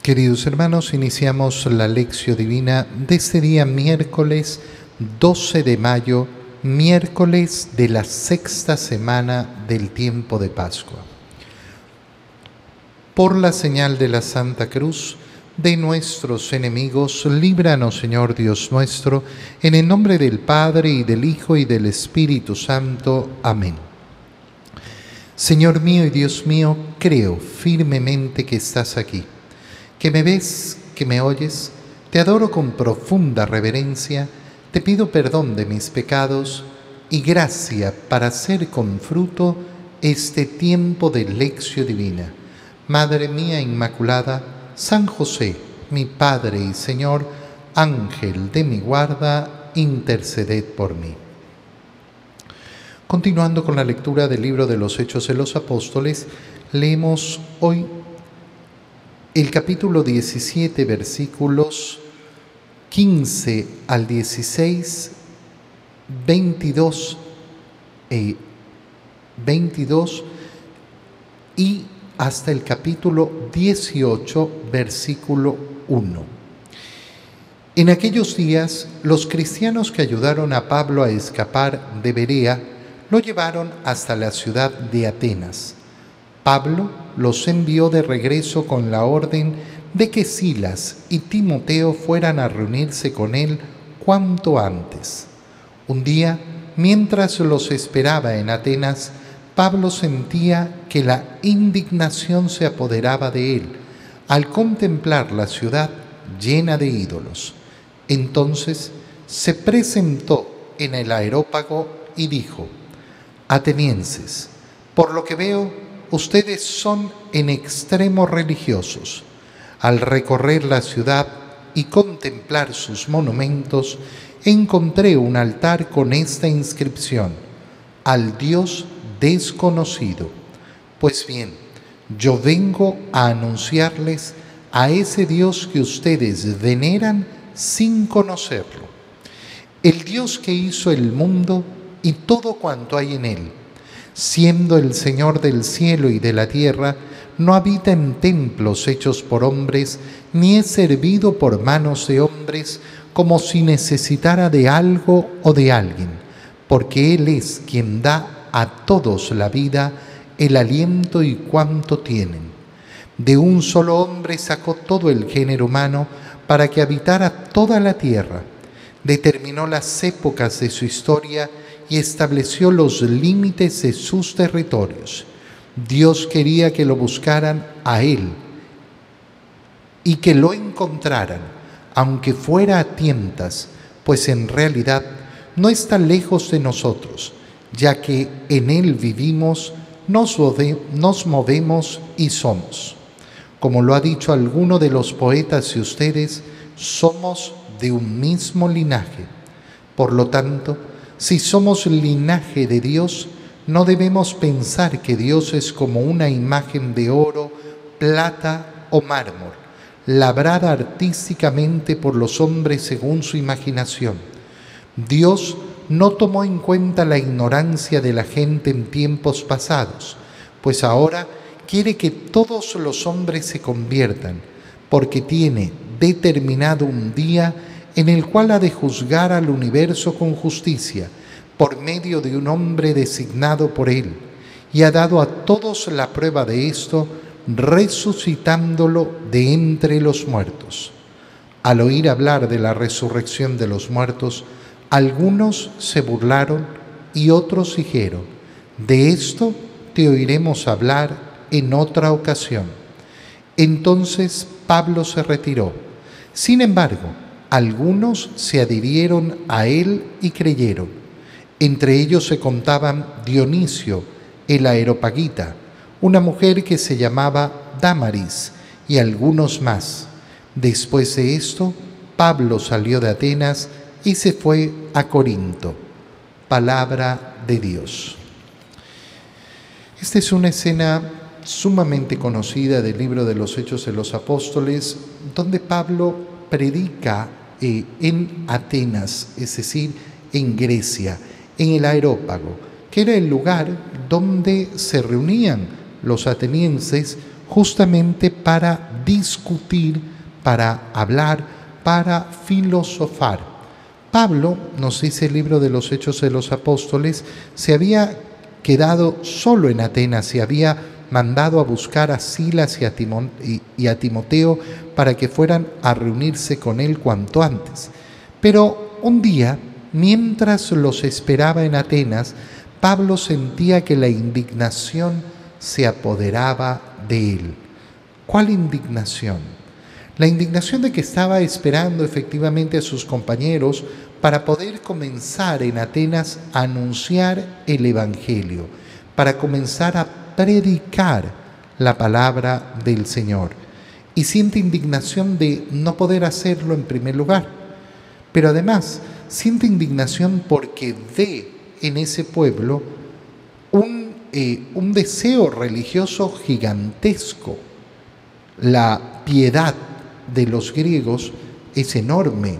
Queridos hermanos, iniciamos la Lección Divina de este día miércoles 12 de mayo, miércoles de la sexta semana del tiempo de Pascua. Por la señal de la Santa Cruz de nuestros enemigos, líbranos, Señor Dios nuestro, en el nombre del Padre, y del Hijo, y del Espíritu Santo. Amén. Señor mío y Dios mío, creo firmemente que estás aquí, que me ves, que me oyes. Te adoro con profunda reverencia, te pido perdón de mis pecados y gracia para hacer con fruto este tiempo de Lección Divina. Madre mía Inmaculada, San José, mi Padre y Señor, Ángel de mi guarda, interceded por mí. Continuando con la lectura del libro de los Hechos de los Apóstoles, leemos hoy el capítulo 17, versículos 15 al 16, 22 y hasta el capítulo 18, versículo 1. En aquellos días, los cristianos que ayudaron a Pablo a escapar de Berea lo llevaron hasta la ciudad de Atenas. Pablo los envió de regreso con la orden de que Silas y Timoteo fueran a reunirse con él cuanto antes. Un día, mientras los esperaba en Atenas, Pablo sentía que la indignación se apoderaba de él al contemplar la ciudad llena de ídolos. Entonces se presentó en el Areópago y dijo: Atenienses, por lo que veo, ustedes son en extremo religiosos. Al recorrer la ciudad y contemplar sus monumentos, encontré un altar con esta inscripción: al Dios desconocido. Pues bien, yo vengo a anunciarles a ese Dios que ustedes veneran sin conocerlo. El Dios que hizo el mundo y todo cuanto hay en él, siendo el Señor del cielo y de la tierra, no habita en templos hechos por hombres, ni es servido por manos de hombres como si necesitara de algo o de alguien, porque Él es quien da a todos la vida, el aliento y cuanto tienen. De un solo hombre sacó todo el género humano para que habitara toda la tierra. Determinó las épocas de su historia y estableció los límites de sus territorios. Dios quería que lo buscaran a Él y que lo encontraran, aunque fuera a tientas, pues en realidad no está lejos de nosotros, ya que en Él vivimos, nos movemos y somos. Como lo ha dicho alguno de los poetas de ustedes, somos de un mismo linaje. Por lo tanto, si somos linaje de Dios, no debemos pensar que Dios es como una imagen de oro, plata o mármol, labrada artísticamente por los hombres según su imaginación. Dios no tomó en cuenta la ignorancia de la gente en tiempos pasados, pues ahora quiere que todos los hombres se conviertan, porque tiene determinado un día en el cual ha de juzgar al universo con justicia, por medio de un hombre designado por él, y ha dado a todos la prueba de esto, resucitándolo de entre los muertos. Al oír hablar de la resurrección de los muertos, algunos se burlaron y otros dijeron: de esto te oiremos hablar en otra ocasión. Entonces Pablo se retiró. Sin embargo, algunos se adhirieron a él y creyeron. Entre ellos se contaban Dionisio, el Areopagita, una mujer que se llamaba Dámaris, y algunos más. Después de esto, Pablo salió de Atenas y se fue a Corinto. Palabra de Dios. Esta es una escena sumamente conocida del libro de los Hechos de los Apóstoles, donde Pablo predica en Atenas, es decir, en Grecia, en el Areópago, que era el lugar donde se reunían los atenienses justamente para discutir, para hablar, para filosofar. Pablo, nos dice el libro de los Hechos de los Apóstoles, se había quedado solo en Atenas y había mandado a buscar a Silas y a Timoteo para que fueran a reunirse con él cuanto antes. Pero un día, mientras los esperaba en Atenas, Pablo sentía que la indignación se apoderaba de él. ¿Cuál indignación? La indignación de que estaba esperando efectivamente a sus compañeros para poder comenzar en Atenas a anunciar el Evangelio, para comenzar a predicar la palabra del Señor. Y siente indignación de no poder hacerlo en primer lugar. Pero además siente indignación porque ve en ese pueblo un deseo religioso gigantesco. La piedad de los griegos es enorme,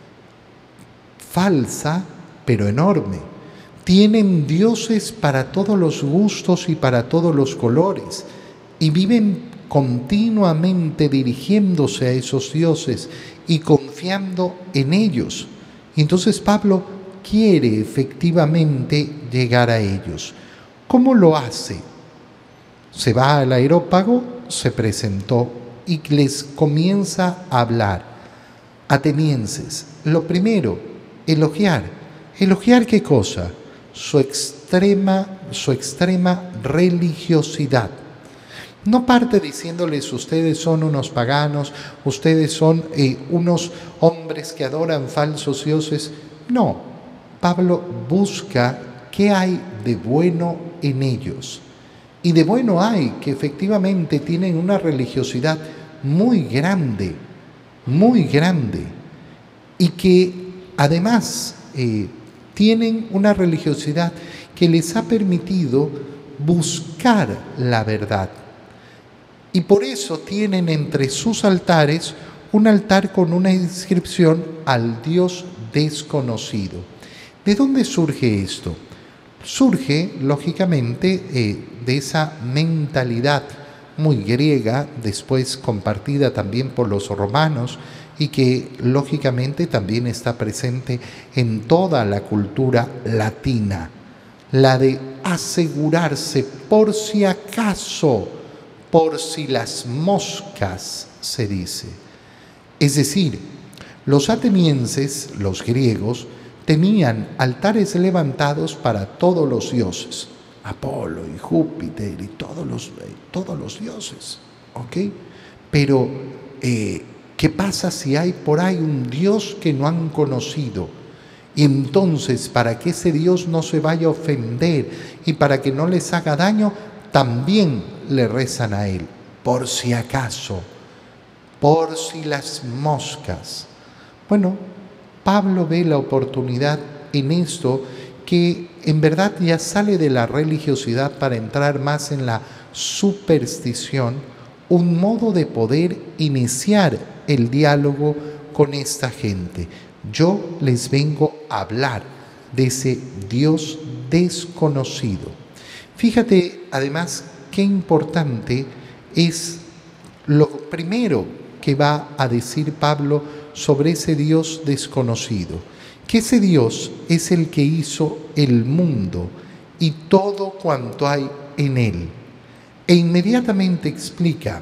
falsa, pero enorme. Tienen dioses para todos los gustos y para todos los colores, y viven continuamente dirigiéndose a esos dioses y confiando en ellos. Y entonces Pablo quiere efectivamente llegar a ellos. ¿Cómo lo hace? Se va al Areópago, se presentó y les comienza a hablar. Atenienses, lo primero, elogiar. ¿Elogiar qué cosa? Su extrema religiosidad. No parte diciéndoles ustedes son unos paganos, ustedes son unos hombres que adoran falsos dioses. No, Pablo busca qué hay de bueno en ellos. Y de bueno hay que efectivamente tienen una religiosidad muy grande, y que además tienen una religiosidad que les ha permitido buscar la verdad. Y por eso tienen entre sus altares un altar con una inscripción al Dios desconocido. ¿De dónde surge esto? Surge, lógicamente, de esa mentalidad muy griega, después compartida también por los romanos, y que lógicamente también está presente en toda la cultura latina, la de asegurarse por si acaso, por si las moscas, se dice. Es decir, los atenienses, los griegos, tenían altares levantados para todos los dioses, Apolo y Júpiter y todos los dioses, ¿ok? Pero, ¿qué pasa si hay por ahí un Dios que no han conocido? Y entonces, para que ese Dios no se vaya a ofender y para que no les haga daño, también le rezan a él, por si acaso, por si las moscas. Bueno, Pablo ve la oportunidad en esto, que en verdad ya sale de la religiosidad para entrar más en la superstición, un modo de poder iniciar el diálogo con esta gente. Yo les vengo a hablar de ese Dios desconocido. Fíjate además qué importante es lo primero que va a decir Pablo sobre ese Dios desconocido, que ese Dios es el que hizo el mundo y todo cuanto hay en él. E inmediatamente explica,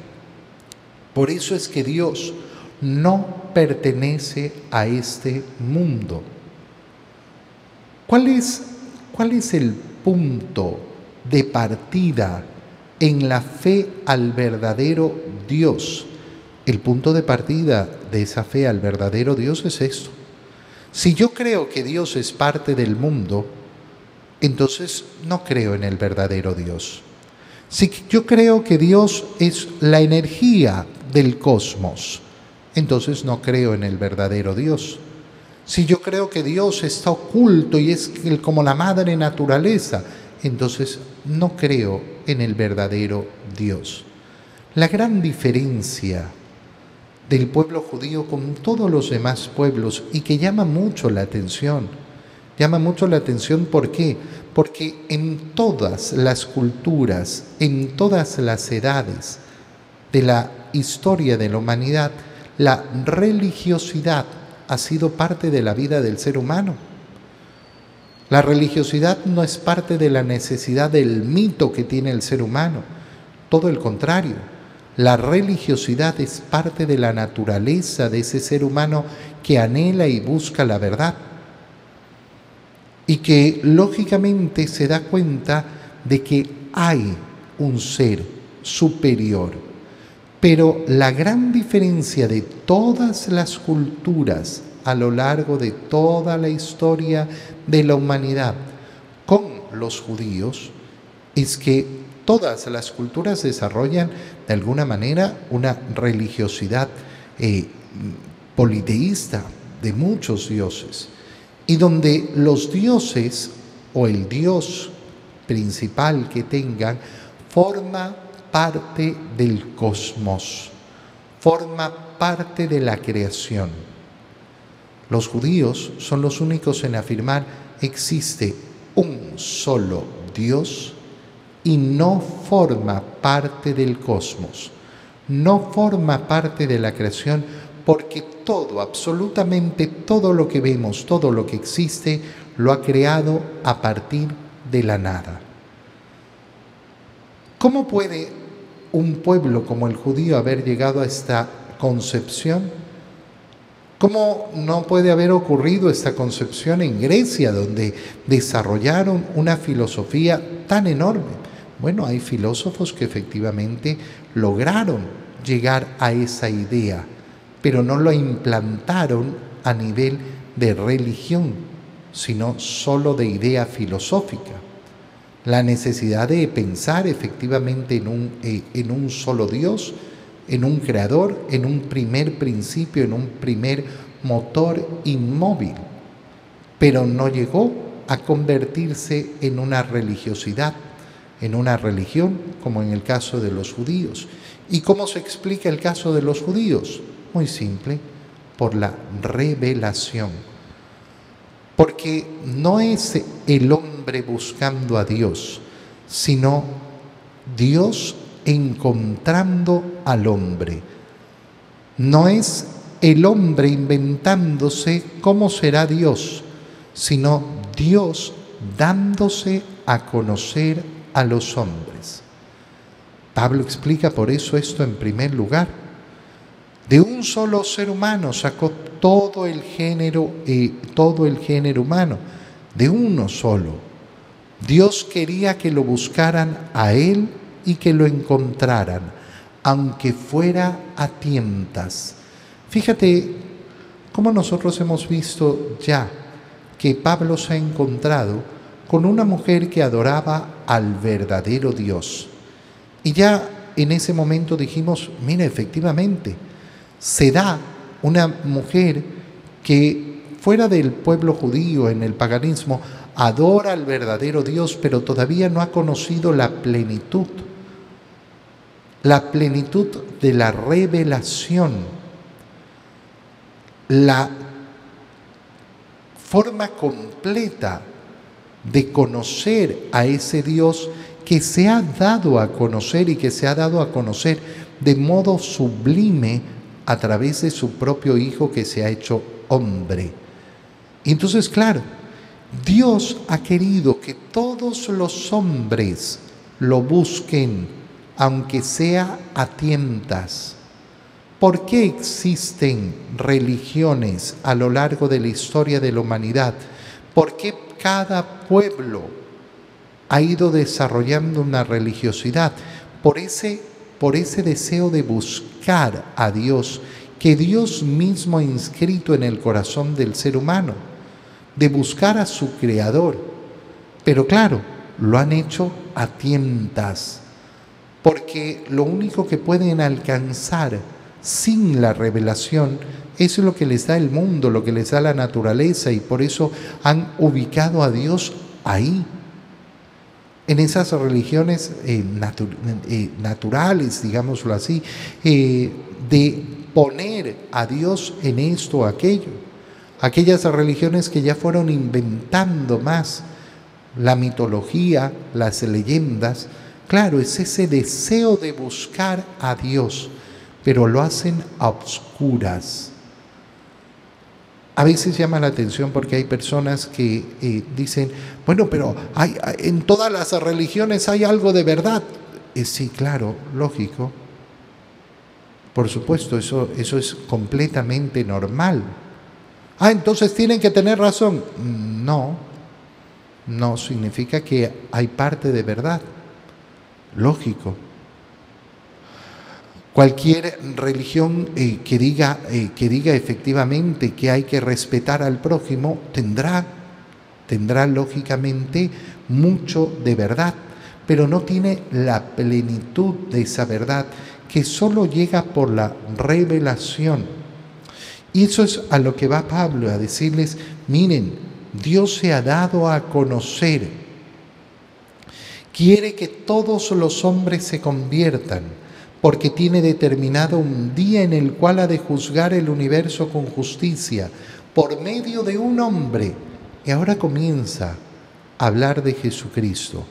por eso es que Dios no pertenece a este mundo. ¿Cuál es el punto de partida en la fe al verdadero Dios? El punto de partida de esa fe al verdadero Dios es esto. Si yo creo que Dios es parte del mundo, entonces no creo en el verdadero Dios. Si yo creo que Dios es la energía del cosmos, entonces no creo en el verdadero Dios. Si yo creo que Dios está oculto y es como la madre naturaleza, entonces no creo en el verdadero Dios. La gran diferencia del pueblo judío con todos los demás pueblos, y que llama mucho la atención. ¿Por qué? Porque en todas las culturas, en todas las edades, de la historia de la humanidad, la religiosidad ha sido parte de la vida del ser humano. La religiosidad no es parte de la necesidad del mito que tiene el ser humano. Todo el contrario, la religiosidad es parte de la naturaleza de ese ser humano que anhela y busca la verdad. Y que lógicamente se da cuenta de que hay un ser superior. Pero la gran diferencia de todas las culturas a lo largo de toda la historia de la humanidad con los judíos es que todas las culturas desarrollan de alguna manera una religiosidad politeísta de muchos dioses, y donde los dioses o el dios principal que tengan forma parte del cosmos, forma parte de la creación. Los judíos son los únicos en afirmar existe un solo Dios y no forma parte del cosmos, no forma parte de la creación, porque todo, absolutamente todo lo que vemos, todo lo que existe, lo ha creado a partir de la nada. ¿Cómo puede un pueblo como el judío haber llegado a esta concepción? ¿Cómo no puede haber ocurrido esta concepción en Grecia, donde desarrollaron una filosofía tan enorme? Bueno, hay filósofos que efectivamente lograron llegar a esa idea, pero no lo implantaron a nivel de religión, sino solo de idea filosófica. La necesidad de pensar efectivamente en un solo Dios, en un creador, en un primer principio, en un primer motor inmóvil, pero no llegó a convertirse en una religiosidad, en una religión, como en el caso de los judíos. ¿Y cómo se explica el caso de los judíos? Muy simple, por la revelación. Porque no es el hombre buscando a Dios, sino Dios encontrando al hombre. No es el hombre inventándose cómo será Dios, sino Dios dándose a conocer a los hombres. Pablo explica por eso esto en primer lugar. De un solo ser humano sacó todo el género humano, de uno solo. Dios quería que lo buscaran a él y que lo encontraran, aunque fuera a tientas. Fíjate cómo nosotros hemos visto ya que Pablo se ha encontrado con una mujer que adoraba al verdadero Dios. Y ya en ese momento dijimos, mira, efectivamente, se da una mujer que fuera del pueblo judío, en el paganismo, adora al verdadero Dios, pero todavía no ha conocido la plenitud de la revelación, la forma completa de conocer a ese Dios que se ha dado a conocer y que se ha dado a conocer de modo sublime a través de su propio Hijo que se ha hecho hombre. Y entonces, claro, Dios ha querido que todos los hombres lo busquen, aunque sea a tientas. ¿Por qué existen religiones a lo largo de la historia de la humanidad? ¿Por qué cada pueblo ha ido desarrollando una religiosidad? Por ese deseo de buscar a Dios, que Dios mismo ha inscrito en el corazón del ser humano, de buscar a su Creador. Pero claro, lo han hecho a tientas, porque lo único que pueden alcanzar sin la revelación es lo que les da el mundo, lo que les da la naturaleza, y por eso han ubicado a Dios ahí, en esas religiones naturales, digámoslo así, de poner a Dios en esto o aquello. Aquellas religiones que ya fueron inventando más la mitología, las leyendas, Claro, es ese deseo de buscar a Dios, pero lo hacen a obscuras. A veces llama la atención porque hay personas que dicen, bueno, pero en todas las religiones hay algo de verdad. Sí, claro, lógico. Por supuesto, eso es completamente normal. Entonces tienen que tener razón. No significa que hay parte de verdad. Lógico. Cualquier religión que diga efectivamente que hay que respetar al prójimo tendrá lógicamente mucho de verdad, pero no tiene la plenitud de esa verdad que solo llega por la revelación. Y eso es a lo que va Pablo, a decirles, miren, Dios se ha dado a conocer. Quiere que todos los hombres se conviertan, porque tiene determinado un día en el cual ha de juzgar el universo con justicia, por medio de un hombre. Y ahora comienza a hablar de Jesucristo.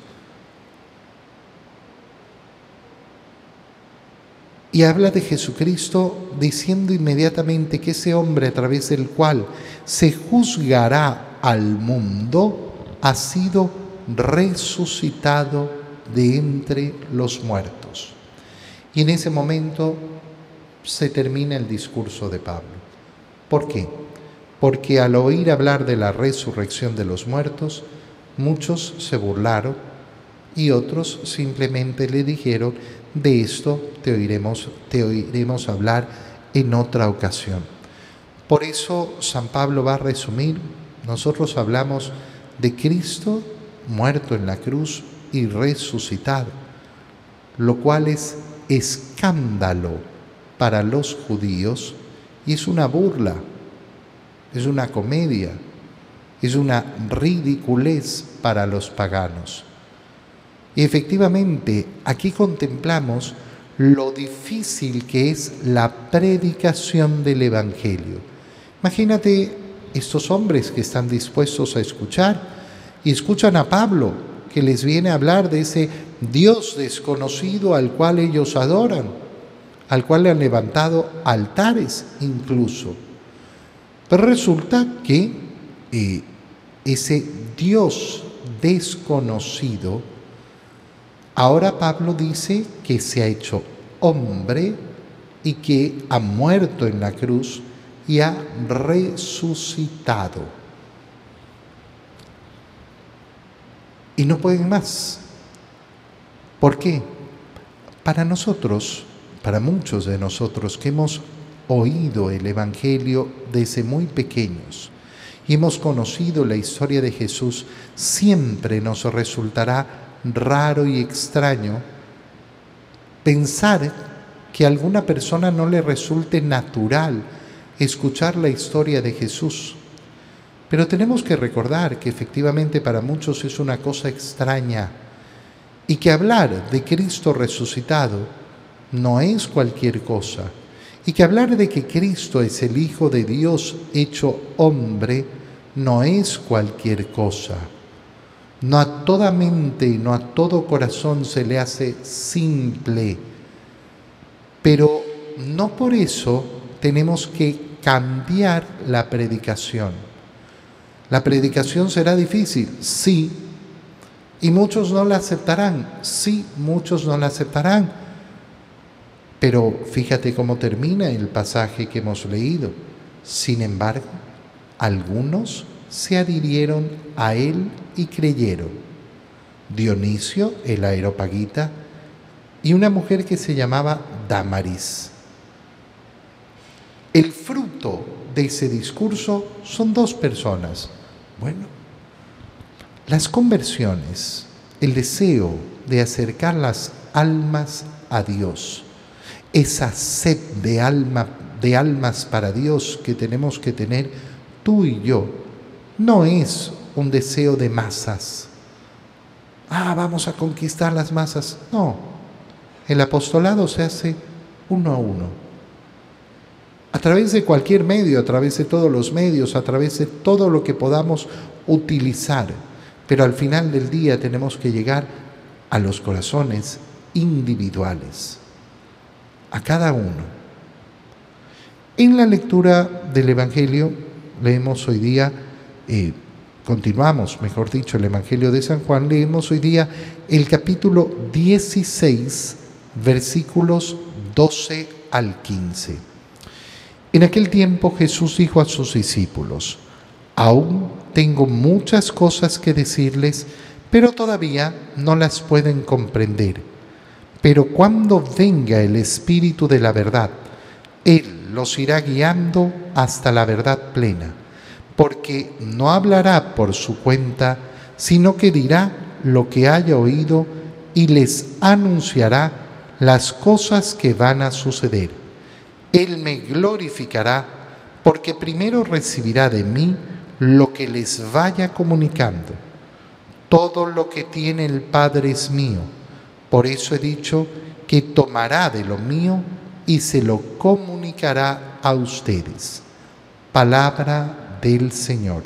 Y habla de Jesucristo diciendo inmediatamente que ese hombre a través del cual se juzgará al mundo ha sido resucitado de entre los muertos. Y en ese momento se termina el discurso de Pablo. ¿Por qué? Porque al oír hablar de la resurrección de los muertos, muchos se burlaron y otros simplemente le dijeron, de esto te oiremos hablar en otra ocasión. Por eso San Pablo va a resumir, nosotros hablamos de Cristo muerto en la cruz y resucitado, lo cual es escándalo para los judíos y es una burla, es una comedia, es una ridiculez para los paganos. Y efectivamente, aquí contemplamos lo difícil que es la predicación del Evangelio. Imagínate estos hombres que están dispuestos a escuchar y escuchan a Pablo, que les viene a hablar de ese Dios desconocido al cual ellos adoran, al cual le han levantado altares incluso. Pero resulta que ese Dios desconocido, ahora Pablo dice que se ha hecho hombre y que ha muerto en la cruz y ha resucitado. Y no pueden más. ¿Por qué? Para nosotros, para muchos de nosotros que hemos oído el Evangelio desde muy pequeños y hemos conocido la historia de Jesús, siempre nos resultará raro y extraño pensar que a alguna persona no le resulte natural escuchar la historia de Jesús. Pero tenemos que recordar que efectivamente para muchos es una cosa extraña y que hablar de Cristo resucitado no es cualquier cosa y que hablar de que Cristo es el Hijo de Dios hecho hombre no es cualquier cosa. No a toda mente y no a todo corazón se le hace simple, pero no por eso tenemos que cambiar la predicación. ¿La predicación será difícil? Sí. ¿Y muchos no la aceptarán? Sí, muchos no la aceptarán. Pero fíjate cómo termina el pasaje que hemos leído. Sin embargo, algunos se adhirieron a él y creyeron. Dionisio, el Areópagita, y una mujer que se llamaba Dámaris. El fruto de ese discurso son dos personas. Bueno, las conversiones, el deseo de acercar las almas a Dios, esa sed de almas para Dios que tenemos que tener tú y yo, no es un deseo de masas. Vamos a conquistar las masas. No, el apostolado se hace uno a uno. A través de cualquier medio, a través de todos los medios, a través de todo lo que podamos utilizar. Pero al final del día tenemos que llegar a los corazones individuales, a cada uno. En la lectura del Evangelio leemos hoy día, continuamos, mejor dicho, el Evangelio de San Juan, leemos hoy día el capítulo 16, versículos 12 al 15. En aquel tiempo Jesús dijo a sus discípulos: aún tengo muchas cosas que decirles, pero todavía no las pueden comprender. Pero cuando venga el Espíritu de la verdad, Él los irá guiando hasta la verdad plena, porque no hablará por su cuenta, sino que dirá lo que haya oído y les anunciará las cosas que van a suceder. Él me glorificará, porque primero recibirá de mí lo que les vaya comunicando. Todo lo que tiene el Padre es mío. Por eso he dicho que tomará de lo mío y se lo comunicará a ustedes. Palabra del Señor.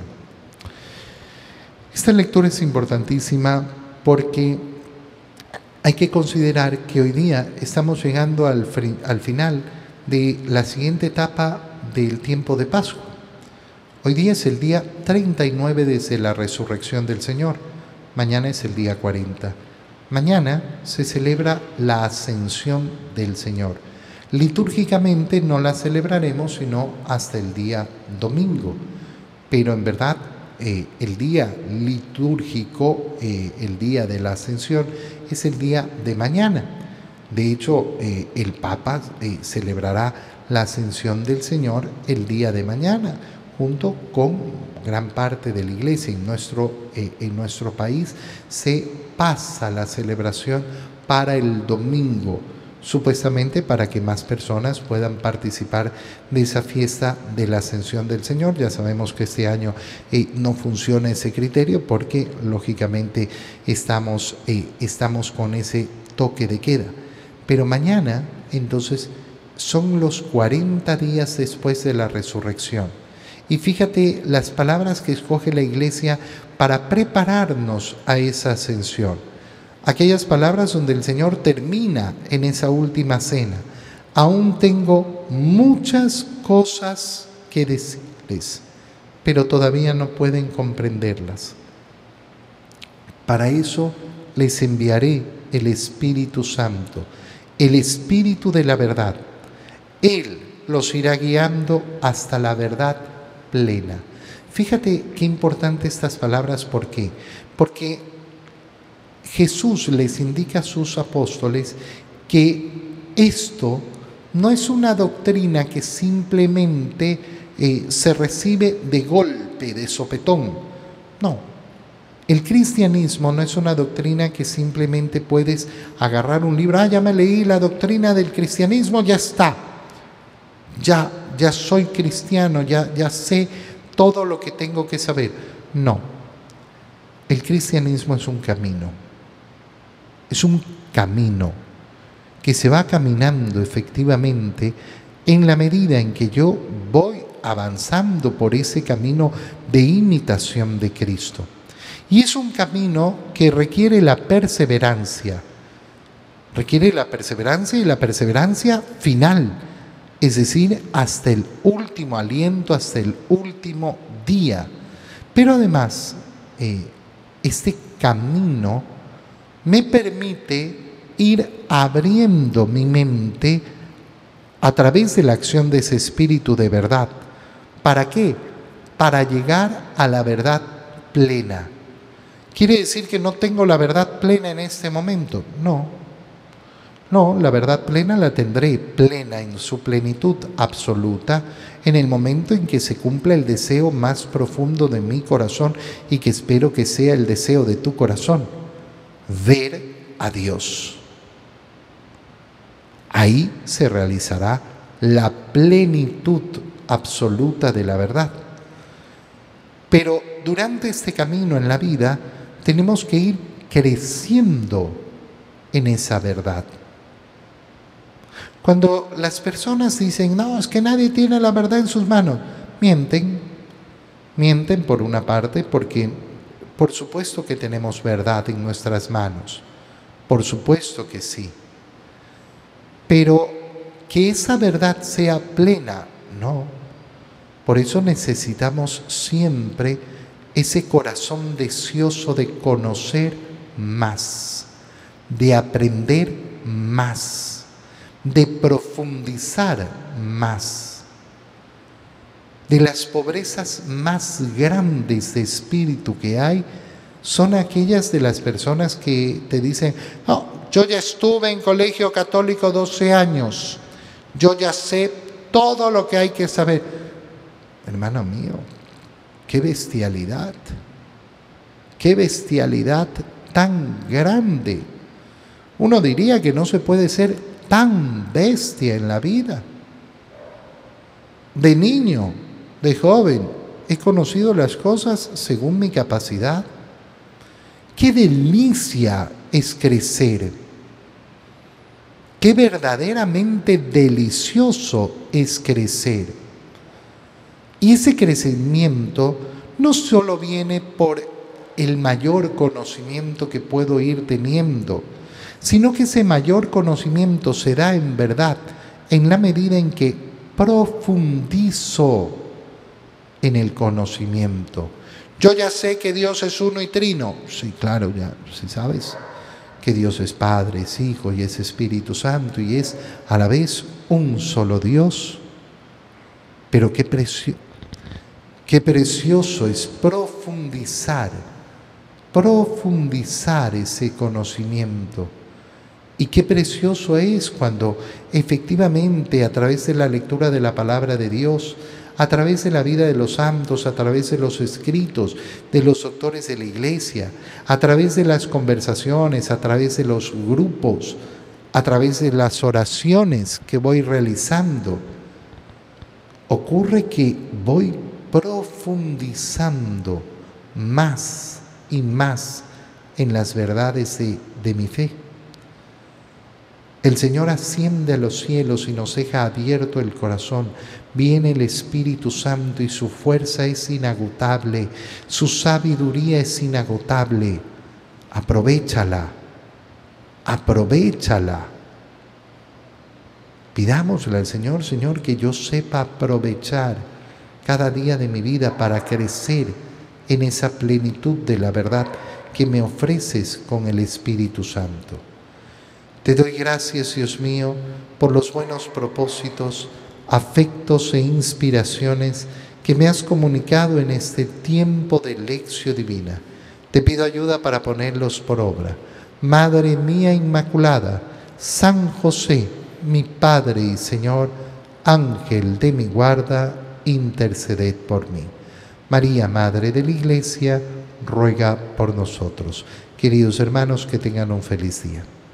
Esta lectura es importantísima porque hay que considerar que hoy día estamos llegando al final de la siguiente etapa del tiempo de Pascua. Hoy día es el día 39 desde la resurrección del Señor. Mañana es el día 40. Mañana se celebra la Ascensión del Señor. Litúrgicamente no la celebraremos sino hasta el día domingo, pero en verdad el día litúrgico, el día de la Ascensión, es el día de mañana. De hecho, el Papa celebrará la Ascensión del Señor el día de mañana, junto con gran parte de la Iglesia. En nuestro país se pasa la celebración para el domingo, supuestamente para que más personas puedan participar de esa fiesta de la Ascensión del Señor. Ya sabemos que este año no funciona ese criterio porque lógicamente estamos con ese toque de queda. Pero mañana, entonces, son los 40 días después de la resurrección. Y fíjate las palabras que escoge la Iglesia para prepararnos a esa ascensión. Aquellas palabras donde el Señor termina en esa última cena: aún tengo muchas cosas que decirles, pero todavía no pueden comprenderlas. Para eso les enviaré el Espíritu Santo, el Espíritu de la verdad. Él los irá guiando hasta la verdad plena. Fíjate qué importante estas palabras. ¿Por qué? Porque Jesús les indica a sus apóstoles que esto no es una doctrina que simplemente se recibe de golpe, de sopetón. No. El cristianismo no es una doctrina que simplemente puedes agarrar un libro: ya me leí la doctrina del cristianismo, ya está. Ya soy cristiano, ya sé todo lo que tengo que saber. No. El cristianismo es un camino. Es un camino que se va caminando efectivamente en la medida en que yo voy avanzando por ese camino de imitación de Cristo. Y es un camino que requiere la perseverancia. Requiere la perseverancia y la perseverancia final. Es decir, hasta el último aliento, hasta el último día. Pero además, este camino me permite ir abriendo mi mente a través de la acción de ese Espíritu de verdad. ¿Para qué? Para llegar a la verdad plena. ¿Quiere decir que no tengo la verdad plena en este momento? No, la verdad plena la tendré plena en su plenitud absoluta en el momento en que se cumpla el deseo más profundo de mi corazón y que espero que sea el deseo de tu corazón: ver a Dios. Ahí se realizará la plenitud absoluta de la verdad. Pero durante este camino en la vida tenemos que ir creciendo en esa verdad. Cuando las personas dicen: no, es que nadie tiene la verdad en sus manos, mienten por una parte, porque por supuesto que tenemos verdad en nuestras manos, Por supuesto que sí. Pero que esa verdad sea plena, no. Por eso necesitamos siempre ese corazón deseoso de conocer más, de aprender más, de profundizar más. De las pobrezas más grandes de espíritu que hay son aquellas de las personas que te dicen: "No, yo ya estuve en colegio católico 12 años, yo ya sé todo lo que hay que saber". Hermano mío, qué bestialidad tan grande. Uno diría que no se puede ser tan bestia en la vida. De niño, de joven, he conocido las cosas según mi capacidad. Qué delicia es crecer. Qué verdaderamente delicioso es crecer. Y ese crecimiento no solo viene por el mayor conocimiento que puedo ir teniendo, sino que ese mayor conocimiento se da en verdad en la medida en que profundizo en el conocimiento. Yo ya sé que Dios es uno y trino. Sí, claro, ya, sí sabes que Dios es Padre, es Hijo y es Espíritu Santo y es a la vez un solo Dios. Pero qué precioso es profundizar ese conocimiento. Y qué precioso es cuando efectivamente a través de la lectura de la palabra de Dios, a través de la vida de los santos, a través de los escritos de los doctores de la Iglesia, a través de las conversaciones, a través de los grupos, a través de las oraciones que voy realizando, ocurre que voy profundizando más y más en las verdades de mi fe. El Señor asciende a los cielos y nos deja abierto el corazón. Viene el Espíritu Santo y su fuerza es inagotable, su sabiduría es inagotable. Aprovéchala. Pidámosle al Señor: Señor, que yo sepa aprovechar cada día de mi vida para crecer en esa plenitud de la verdad que me ofreces con el Espíritu Santo. Te doy gracias, Dios mío, por los buenos propósitos, afectos e inspiraciones que me has comunicado en este tiempo de lección divina. Te pido ayuda para ponerlos por obra. Madre mía Inmaculada, San José, mi Padre y Señor, Ángel de mi guarda, interceded por mí. María, Madre de la Iglesia, ruega por nosotros. Queridos hermanos, que tengan un feliz día.